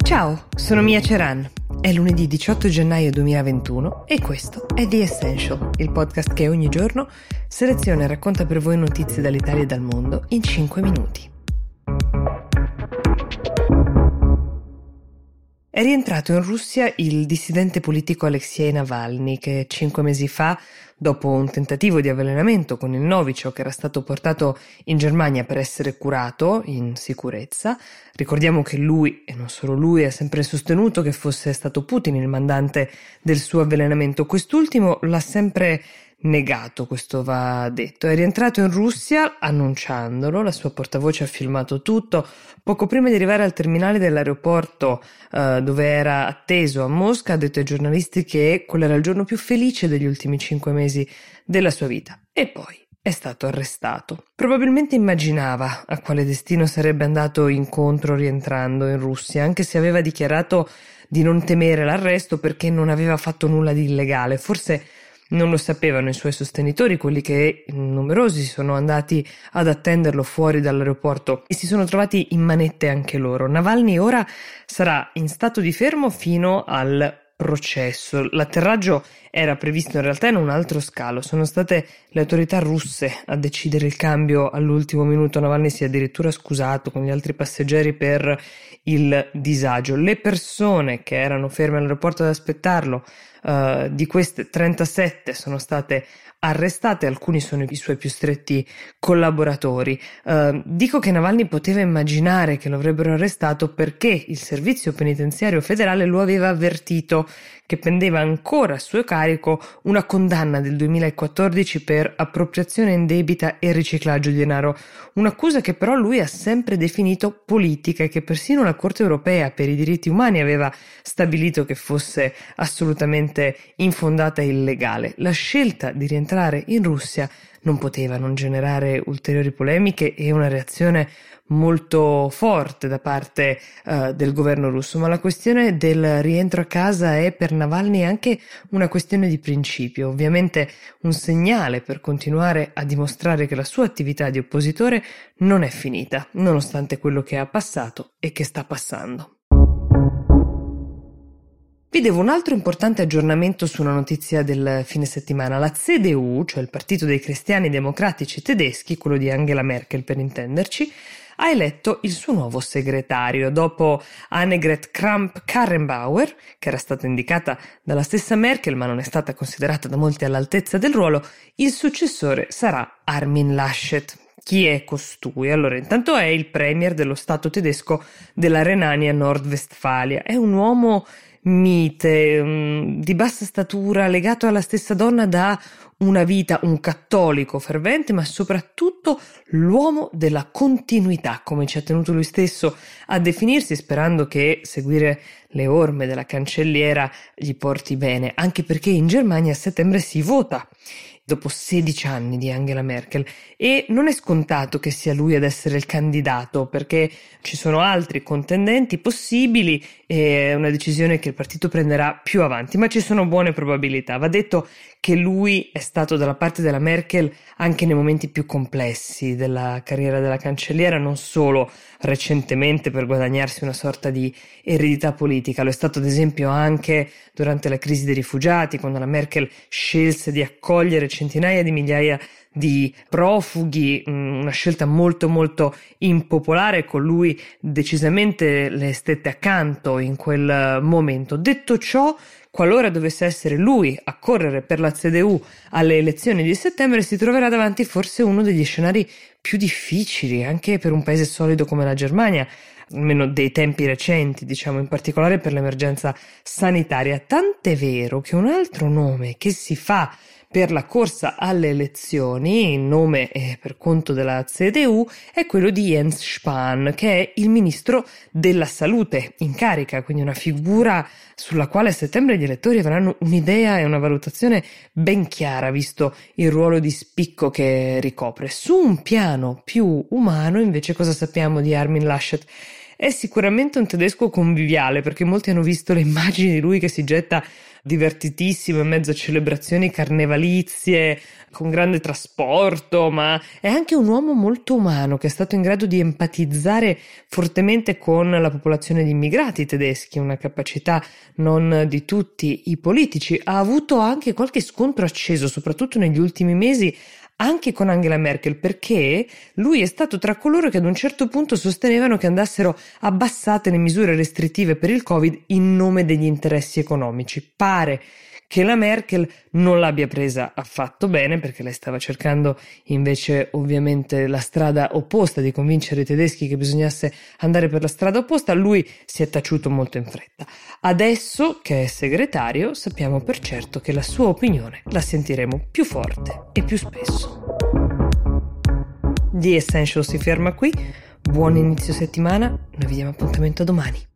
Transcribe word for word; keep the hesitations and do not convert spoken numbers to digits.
Ciao, sono Mia Ceran. È lunedì diciotto gennaio duemilaventuno e questo è The Essential, il podcast che ogni giorno seleziona e racconta per voi notizie dall'Italia e dal mondo in cinque minuti. È rientrato in Russia il dissidente politico Alexei Navalny, che cinque mesi fa, dopo un tentativo di avvelenamento con il Novichok, era stato portato in Germania per essere curato in sicurezza. Ricordiamo che lui, e non solo lui, ha sempre sostenuto che fosse stato Putin il mandante del suo avvelenamento. Quest'ultimo l'ha sempre negato, questo va detto. È rientrato in Russia annunciandolo, la sua portavoce ha filmato tutto. Poco prima di arrivare al terminale dell'aeroporto uh, dove era atteso a Mosca, ha detto ai giornalisti che quello era il giorno più felice degli ultimi cinque mesi della sua vita. E poi è stato arrestato. Probabilmente immaginava a quale destino sarebbe andato incontro rientrando in Russia, anche se aveva dichiarato di non temere l'arresto perché non aveva fatto nulla di illegale. Forse non lo sapevano i suoi sostenitori, quelli che numerosi sono andati ad attenderlo fuori dall'aeroporto e si sono trovati in manette anche loro. Navalny ora sarà in stato di fermo fino al processo. L'atterraggio era previsto in realtà in un altro scalo. Sono state le autorità russe a decidere il cambio all'ultimo minuto. Navalny si è addirittura scusato con gli altri passeggeri per il disagio. Le persone che erano ferme all'aeroporto ad aspettarlo, Uh, di queste trentasette sono state arrestate, alcuni sono i suoi più stretti collaboratori. Uh, dico che Navalny poteva immaginare che lo avrebbero arrestato perché il servizio penitenziario federale lo aveva avvertito che pendeva ancora a suo carico una condanna del duemilaquattordici per appropriazione indebita e riciclaggio di denaro, un'accusa che però lui ha sempre definito politica e che persino la Corte europea per i diritti umani aveva stabilito che fosse assolutamente infondata e illegale. La scelta di rientrare in Russia non poteva non generare ulteriori polemiche e una reazione molto forte da parte uh, del governo russo, ma la questione del rientro a casa è per Navalny anche una questione di principio, ovviamente un segnale per continuare a dimostrare che la sua attività di oppositore non è finita, nonostante quello che ha passato e che sta passando. Vi devo un altro importante aggiornamento su una notizia del fine settimana. La C D U, cioè il Partito dei Cristiani Democratici Tedeschi, quello di Angela Merkel per intenderci, ha eletto il suo nuovo segretario. Dopo Annegret Kramp-Karrenbauer, che era stata indicata dalla stessa Merkel ma non è stata considerata da molti all'altezza del ruolo, il successore sarà Armin Laschet. Chi è costui? Allora, intanto è il premier dello stato tedesco della Renania Nord-Westfalia. È un uomo mite, um, di bassa statura, legato alla stessa donna da una vita, un cattolico fervente, ma soprattutto l'uomo della continuità, come ci ha tenuto lui stesso a definirsi, sperando che seguire le orme della cancelliera gli porti bene, anche perché in Germania a settembre si vota dopo sedici anni di Angela Merkel e non è scontato che sia lui ad essere il candidato perché ci sono altri contendenti possibili e è una decisione che il partito prenderà più avanti, ma ci sono buone probabilità. Va detto che lui è stato dalla parte della Merkel anche nei momenti più complessi della carriera della cancelliera, non solo recentemente per guadagnarsi una sorta di eredità politica, lo è stato ad esempio anche durante la crisi dei rifugiati, quando la Merkel scelse di accogliere centinaia di migliaia di profughi, una scelta molto molto impopolare, con lui decisamente le stette accanto in quel momento. Detto ciò, qualora dovesse essere lui a correre per la C D U alle elezioni di settembre, si troverà davanti forse uno degli scenari più difficili, anche per un paese solido come la Germania, almeno dei tempi recenti, diciamo, in particolare per l'emergenza sanitaria. Tant'è vero che un altro nome che si fa per la corsa alle elezioni, in nome e per conto della C D U, è quello di Jens Spahn, che è il ministro della salute in carica, quindi una figura sulla quale a settembre gli elettori avranno un'idea e una valutazione ben chiara, visto il ruolo di spicco che ricopre. Su un piano più umano, invece, cosa sappiamo di Armin Laschet? è sicuramente un tedesco conviviale, perché molti hanno visto le immagini di lui che si getta divertitissimo in mezzo a celebrazioni carnevalizie, con grande trasporto, ma è anche un uomo molto umano che è stato in grado di empatizzare fortemente con la popolazione di immigrati tedeschi, una capacità non di tutti i politici. Ha avuto anche qualche scontro acceso, soprattutto negli ultimi mesi, anche con Angela Merkel, perché lui è stato tra coloro che ad un certo punto sostenevano che andassero abbassate le misure restrittive per il Covid in nome degli interessi economici. Pare che la Merkel non l'abbia presa affatto bene, perché lei stava cercando invece ovviamente la strada opposta, di convincere i tedeschi che bisognasse andare per la strada opposta. Lui si è taciuto molto in fretta. Adesso che è segretario sappiamo per certo che la sua opinione la sentiremo più forte e più spesso. The Essential si ferma qui, buon inizio settimana, noi vi diamo appuntamento domani.